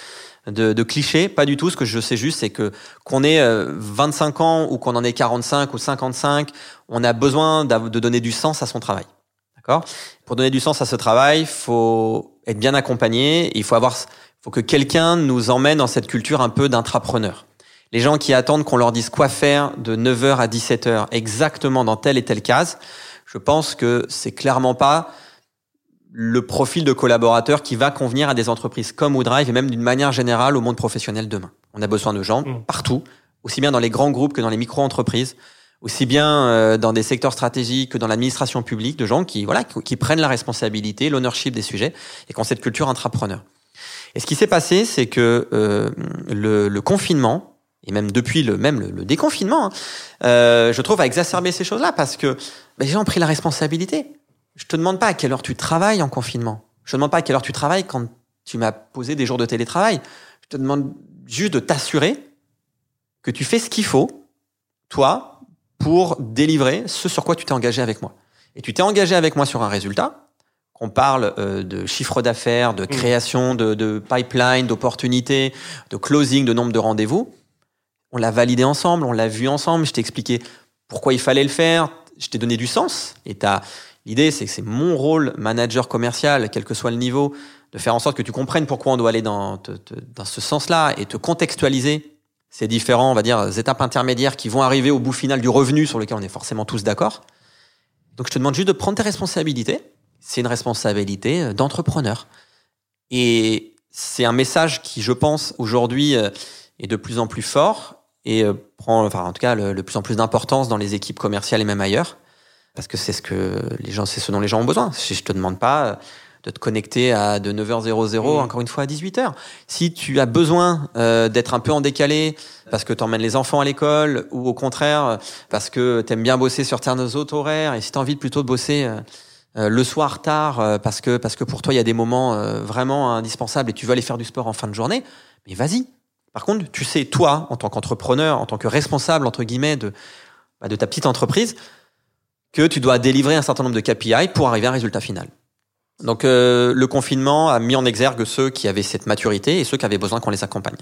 de clichés, pas du tout. Ce que je sais juste, c'est que qu'on ait 25 ans ou qu'on en ait 45 ou 55, on a besoin de donner du sens à son travail. D'accord ? Pour donner du sens à ce travail, il faut être bien accompagné. Il faut que quelqu'un nous emmène dans cette culture un peu d'intrapreneur. Les gens qui attendent qu'on leur dise quoi faire de 9h à 17h, exactement dans telle et telle case, je pense que c'est clairement pas le profil de collaborateur qui va convenir à des entreprises comme Woodrive et même d'une manière générale au monde professionnel demain. On a besoin de gens partout, aussi bien dans les grands groupes que dans les micro-entreprises, aussi bien dans des secteurs stratégiques que dans l'administration publique, de gens qui prennent la responsabilité, l'ownership des sujets et qui ont cette culture intrapreneur. Et ce qui s'est passé, c'est que le confinement, et même depuis le déconfinement, je trouve a exacerbé ces choses-là parce que les gens ont pris la responsabilité. Je te demande pas à quelle heure tu travailles en confinement. Je te demande pas à quelle heure tu travailles quand tu m'as posé des jours de télétravail. Je te demande juste de t'assurer que tu fais ce qu'il faut, toi, pour délivrer ce sur quoi tu t'es engagé avec moi. Et tu t'es engagé avec moi sur un résultat, qu'on parle de chiffre d'affaires, de création de pipeline, d'opportunités, de closing, de nombre de rendez-vous. On l'a validé ensemble, on l'a vu ensemble, je t'ai expliqué pourquoi il fallait le faire, je t'ai donné du sens. Et l'idée, c'est que c'est mon rôle, manager commercial, quel que soit le niveau, de faire en sorte que tu comprennes pourquoi on doit aller dans ce sens-là et te contextualiser ces différents, on va dire, étapes intermédiaires qui vont arriver au bout final du revenu sur lequel on est forcément tous d'accord. Donc, je te demande juste de prendre tes responsabilités. C'est une responsabilité d'entrepreneur. Et c'est un message qui, je pense, aujourd'hui, est de plus en plus fort et prend, en tout cas, le plus en plus d'importance dans les équipes commerciales et même ailleurs. Parce que c'est ce dont les gens ont besoin. Je te demande pas de te connecter de 9h00, encore une fois, à 18h. Si tu as besoin d'être un peu en décalé parce que tu emmènes les enfants à l'école ou au contraire parce que tu aimes bien bosser sur certains autres horaires et si tu as envie plutôt de bosser le soir tard parce que pour toi, il y a des moments vraiment indispensables et tu veux aller faire du sport en fin de journée, mais vas-y. Par contre, tu sais, toi, en tant qu'entrepreneur, en tant que responsable, entre guillemets, de ta petite entreprise, que tu dois délivrer un certain nombre de KPI pour arriver à un résultat final. Donc le confinement a mis en exergue ceux qui avaient cette maturité et ceux qui avaient besoin qu'on les accompagne.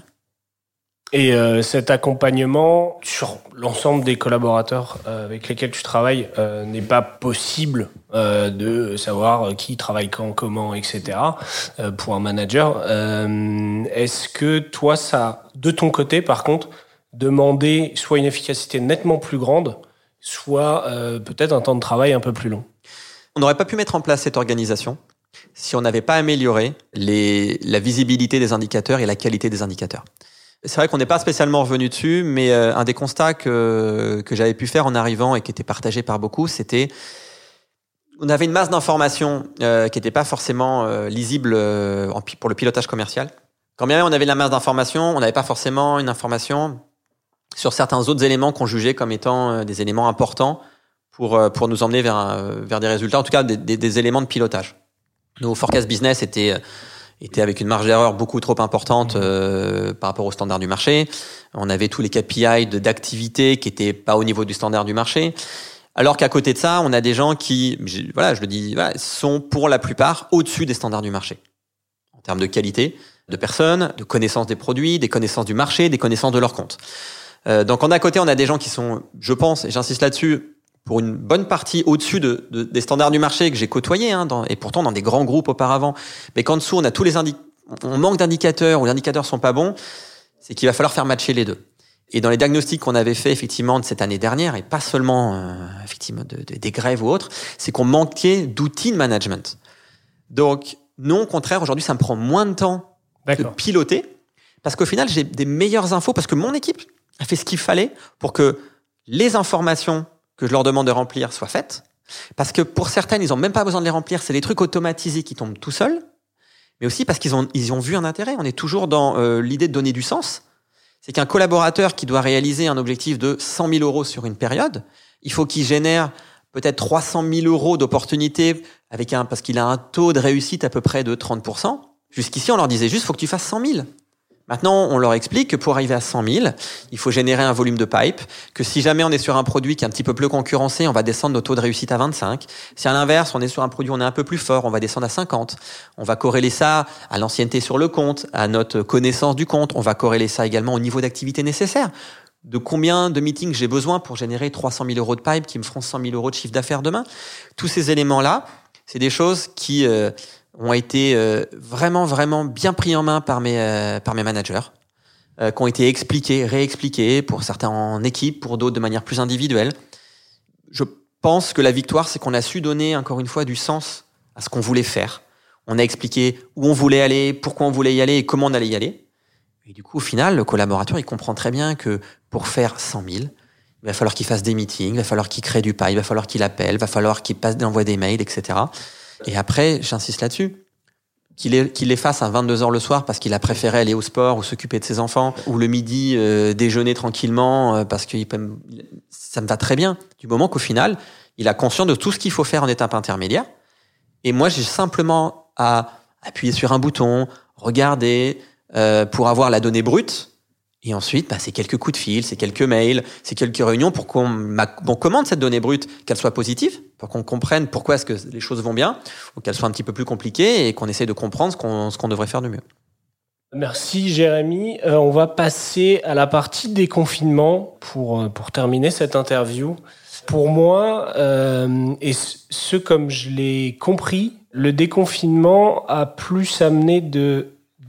Et cet accompagnement sur l'ensemble des collaborateurs avec lesquels tu travailles n'est pas possible de savoir qui travaille quand, comment, etc. Pour un manager. Est-ce que toi, ça, de ton côté, par contre, demandé soit une efficacité nettement plus grande, soit peut-être un temps de travail un peu plus long? On n'aurait pas pu mettre en place cette organisation si on n'avait pas amélioré la visibilité des indicateurs et la qualité des indicateurs. C'est vrai qu'on n'est pas spécialement revenu dessus, mais un des constats que j'avais pu faire en arrivant et qui était partagé par beaucoup, c'était on avait une masse d'informations qui n'était pas forcément lisible pour le pilotage commercial. Quand bien même on avait la masse d'informations, on n'avait pas forcément une information sur certains autres éléments qu'on jugeait comme étant des éléments importants pour nous emmener vers des résultats, en tout cas des éléments de pilotage. Nos forecast business étaient avec une marge d'erreur beaucoup trop importante par rapport aux standards du marché. On avait tous les KPI d'activité qui étaient pas au niveau du standard du marché. Alors qu'à côté de ça, on a des gens qui, je le dis, sont pour la plupart au-dessus des standards du marché. En termes de qualité, de personnes, de connaissance des produits, des connaissances du marché, des connaissances de leur compte. Donc à côté, on a des gens qui sont, je pense, et j'insiste là-dessus, pour une bonne partie au-dessus des standards du marché que j'ai côtoyés, et pourtant dans des grands groupes auparavant. Mais qu'en dessous, on a on manque d'indicateurs ou les indicateurs sont pas bons, c'est qu'il va falloir faire matcher les deux. Et dans les diagnostics qu'on avait fait effectivement de cette année dernière, et pas seulement effectivement des grèves ou autres, c'est qu'on manquait d'outils de management. Donc non, au contraire, aujourd'hui, ça me prend moins de temps de piloter, parce qu'au final, j'ai des meilleures infos, parce que mon équipe a fait ce qu'il fallait pour que les informations que je leur demande de remplir soient faites. Parce que pour certaines, ils n'ont même pas besoin de les remplir. C'est des trucs automatisés qui tombent tout seuls. Mais aussi parce qu'ils ont vu un intérêt. On est toujours dans l'idée de donner du sens. C'est qu'un collaborateur qui doit réaliser un objectif de 100 000 euros sur une période, il faut qu'il génère peut-être 300 000 euros d'opportunités parce qu'il a un taux de réussite à peu près de 30%. Jusqu'ici, on leur disait juste, faut que tu fasses 100 000. Maintenant, on leur explique que pour arriver à 100 000, il faut générer un volume de pipe, que si jamais on est sur un produit qui est un petit peu plus concurrencé, on va descendre nos taux de réussite à 25. Si à l'inverse, on est sur un produit où on est un peu plus fort, on va descendre à 50. On va corréler ça à l'ancienneté sur le compte, à notre connaissance du compte. On va corréler ça également au niveau d'activité nécessaire. De combien de meetings j'ai besoin pour générer 300 000 euros de pipe qui me feront 100 000 euros de chiffre d'affaires demain. Tous ces éléments-là, c'est des choses qui ont été vraiment, vraiment bien pris en main par mes managers, qui ont été expliqués, réexpliqués, pour certains en équipe, pour d'autres de manière plus individuelle. Je pense que la victoire, c'est qu'on a su donner, encore une fois, du sens à ce qu'on voulait faire. On a expliqué où on voulait aller, pourquoi on voulait y aller et comment on allait y aller. Et du coup, au final, le collaborateur, il comprend très bien que pour faire 100 000, il va falloir qu'il fasse des meetings, il va falloir qu'il crée du pipe, il va falloir qu'il appelle, il va falloir qu'il envoie des mails, etc. Et après, j'insiste là-dessus, qu'il les fasse à 22h le soir parce qu'il a préféré aller au sport ou s'occuper de ses enfants, ou le midi déjeuner tranquillement parce que ça me va très bien. Du moment qu'au final, il a conscience de tout ce qu'il faut faire en étape intermédiaire. Et moi, j'ai simplement à appuyer sur un bouton, regarder pour avoir la donnée brute. Et ensuite, c'est quelques coups de fil, c'est quelques mails, c'est quelques réunions pour qu'on commande cette donnée brute, qu'elle soit positive, pour qu'on comprenne pourquoi est-ce que les choses vont bien, ou qu'elle soit un petit peu plus compliquée et qu'on essaie de comprendre ce qu'on devrait faire de mieux. Merci Jérémy. On va passer à la partie déconfinement pour terminer cette interview. Pour moi, et ce comme je l'ai compris, le déconfinement a plus amené de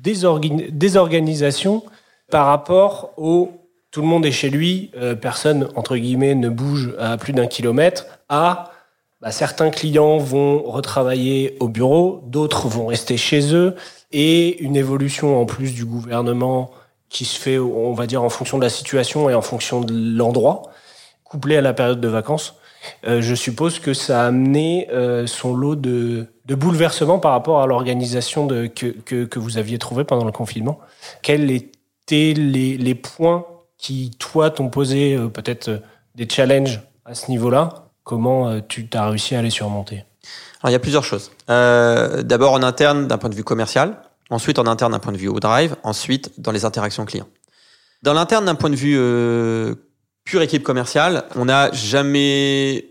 désorganisation par rapport au tout le monde est chez lui, personne entre guillemets ne bouge à plus d'1 kilomètre, à certains clients vont retravailler au bureau, d'autres vont rester chez eux, et une évolution en plus du gouvernement qui se fait, on va dire, en fonction de la situation et en fonction de l'endroit, couplé à la période de vacances. Je suppose que ça a amené son lot de bouleversements par rapport à l'organisation que vous aviez trouvé pendant le confinement. Quels étaient les points qui, toi, t'ont posé peut-être des challenges à ce niveau-là? Comment tu t'as réussi à les surmonter? Alors, il y a plusieurs choses. D'abord en interne d'un point de vue commercial, ensuite en interne d'un point de vue ODrive, ensuite dans les interactions clients. Dans l'interne d'un point de vue pure équipe commerciale, on n'a jamais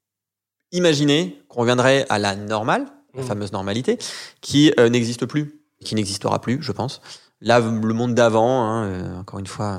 imaginé qu'on reviendrait à la normale, la fameuse normalité, qui n'existe plus, qui n'existera plus, je pense. Là, le monde d'avant, encore une fois.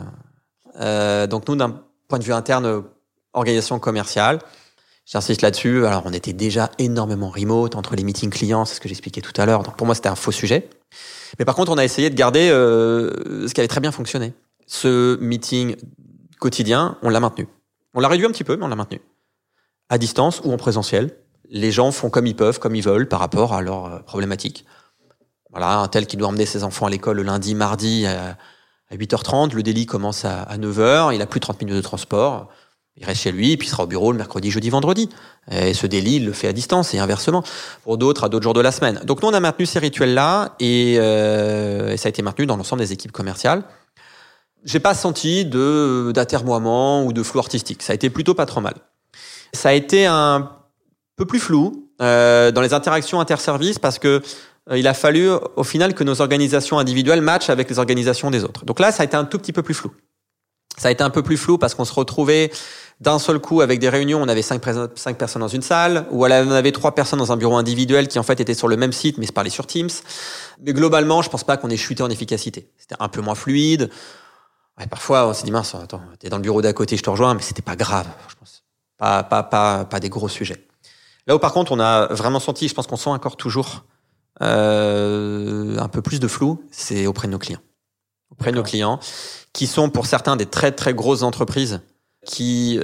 Donc nous, d'un point de vue interne, organisation commerciale, j'insiste là-dessus. Alors, on était déjà énormément remote entre les meetings clients, c'est ce que j'expliquais tout à l'heure. Donc pour moi, c'était un faux sujet. Mais par contre, on a essayé de garder ce qui avait très bien fonctionné. Ce meeting quotidien, on l'a maintenu. On l'a réduit un petit peu, mais on l'a maintenu. À distance ou en présentiel. Les gens font comme ils peuvent, comme ils veulent, par rapport à leurs problématiques. Voilà, un tel qui doit emmener ses enfants à l'école le lundi, mardi à 8h30, le délit commence à 9h, il a plus de 30 minutes de transport, il reste chez lui, et puis il sera au bureau le mercredi, jeudi, vendredi. Et ce délit, il le fait à distance, et inversement, pour d'autres, à d'autres jours de la semaine. Donc nous, on a maintenu ces rituels-là, et ça a été maintenu dans l'ensemble des équipes commerciales. J'ai pas senti d'atermoiement ou de flou artistique. Ça a été plutôt pas trop mal. Ça a été un peu plus flou dans les interactions interservices parce que il a fallu au final que nos organisations individuelles matchent avec les organisations des autres. Donc là, ça a été un tout petit peu plus flou. Ça a été un peu plus flou parce qu'on se retrouvait d'un seul coup avec des réunions. On avait 5 personnes dans une salle, ou on avait 3 personnes dans un bureau individuel qui en fait étaient sur le même site mais se parlaient sur Teams. Mais globalement, je pense pas qu'on ait chuté en efficacité. C'était un peu moins fluide. Ouais, parfois, on s'est dit, mince, attends, t'es dans le bureau d'à côté, je te rejoins, mais c'était pas grave, je pense. Pas des gros sujets. Là où, par contre, on a vraiment senti, je pense qu'on sent encore toujours, un peu plus de flou, c'est auprès de nos clients. Auprès de nos clients, qui sont pour certains des très, très grosses entreprises qui,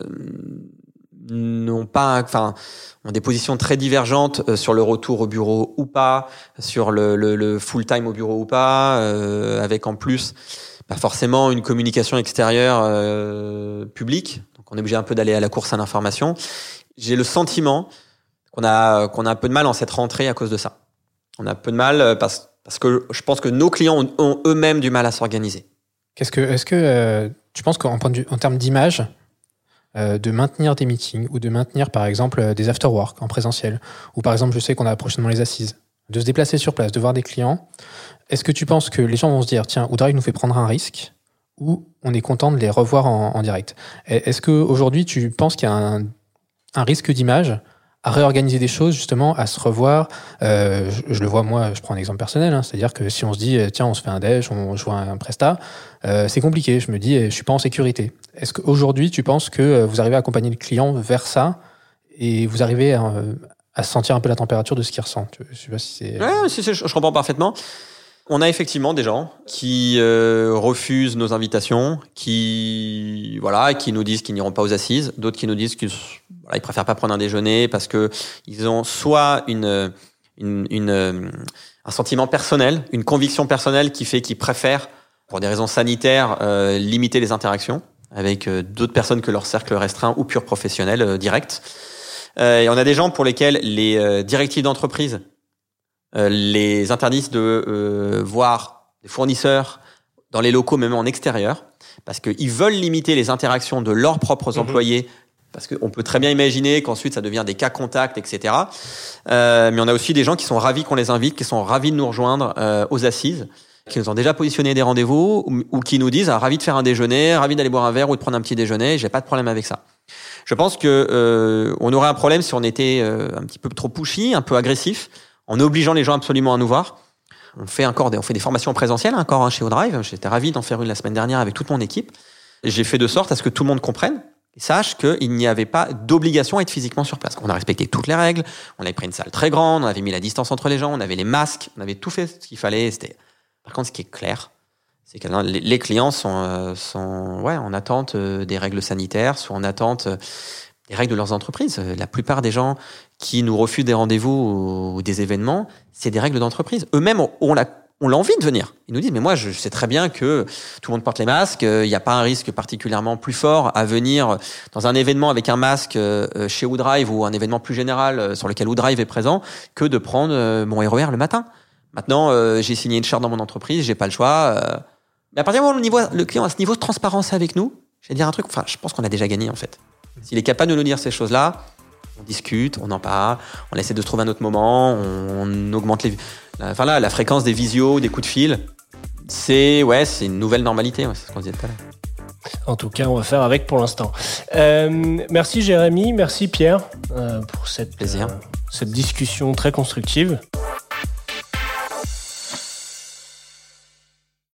ont des positions très divergentes sur le retour au bureau ou pas, sur le full time au bureau ou pas, avec en plus, pas forcément une communication extérieure publique. Donc on est obligé un peu d'aller à la course à l'information. J'ai le sentiment qu'on a un peu de mal en cette rentrée à cause de ça. On a un peu de mal parce que je pense que nos clients ont eux-mêmes du mal à s'organiser. Est-ce que tu penses qu'en termes d'image, de maintenir des meetings ou de maintenir par exemple des after-work en présentiel, ou par exemple je sais qu'on a prochainement les assises, de se déplacer sur place, de voir des clients, est-ce que tu penses que les gens vont se dire, tiens, OoDrive nous fait prendre un risque, ou on est content de les revoir en direct? Est-ce qu'aujourd'hui, tu penses qu'il y a un risque d'image à réorganiser des choses, justement, à se revoir? Je le vois, moi, je prends un exemple personnel, hein, c'est-à-dire que si on se dit, tiens, on se fait un déj, on joue un Presta, c'est compliqué. Je me dis, je suis pas en sécurité. Est-ce qu'aujourd'hui, tu penses que vous arrivez à accompagner le client vers ça et vous arrivez à sentir un peu la température de ce qu'il ressent? Je sais pas si c'est... Ouais, je comprends parfaitement. On a effectivement des gens qui refusent nos invitations, qui nous disent qu'ils n'iront pas aux assises, d'autres qui nous disent qu'ils préfèrent pas prendre un déjeuner parce que ils ont soit un sentiment personnel, une conviction personnelle qui fait qu'ils préfèrent, pour des raisons sanitaires, limiter les interactions avec d'autres personnes que leur cercle restreint ou pur professionnel direct. Et on a des gens pour lesquels les directives d'entreprise les interdisent de voir des fournisseurs dans les locaux, même en extérieur, parce qu'ils veulent limiter les interactions de leurs propres employés, parce qu'on peut très bien imaginer qu'ensuite ça devient des cas contacts, etc. Mais on a aussi des gens qui sont ravis qu'on les invite, qui sont ravis de nous rejoindre aux assises, qui nous ont déjà positionné des rendez-vous, ou qui nous disent ravis de faire un déjeuner, ravis d'aller boire un verre ou de prendre un petit déjeuner, j'ai pas de problème avec ça. Je pense que on aurait un problème si on était un petit peu trop pushy, un peu agressif, en obligeant les gens absolument à nous voir. On fait des formations présentielles encore chez OoDrive. J'étais ravi d'en faire une la semaine dernière avec toute mon équipe. J'ai fait de sorte à ce que tout le monde comprenne et sache qu'il n'y avait pas d'obligation à être physiquement sur place. On a respecté toutes les règles. On avait pris une salle très grande. On avait mis la distance entre les gens. On avait les masques. On avait tout fait ce qu'il fallait. Par contre, ce qui est clair, c'est que les clients sont en attente des règles sanitaires, sont en attente des règles de leurs entreprises. La plupart des gens qui nous refusent des rendez-vous ou des événements, c'est des règles d'entreprise. Eux-mêmes ont l'envie de venir. Ils nous disent, mais moi, je sais très bien que tout le monde porte les masques. Il n'y a pas un risque particulièrement plus fort à venir dans un événement avec un masque chez OoDrive ou un événement plus général sur lequel OoDrive est présent que de prendre mon RER le matin. Maintenant, j'ai signé une charte dans mon entreprise, j'ai pas le choix. Mais à partir du moment où le client a ce niveau de transparence avec nous, je vais dire un truc, je pense qu'on a déjà gagné en fait. S'il est capable de nous dire ces choses-là, on discute, on en parle, on essaie de se trouver un autre moment, on augmente la fréquence des visios, des coups de fil. C'est une nouvelle normalité, c'est ce qu'on disait tout à l'heure. En tout cas, on va faire avec pour l'instant. Merci Jérémy, merci Pierre pour cette discussion très constructive.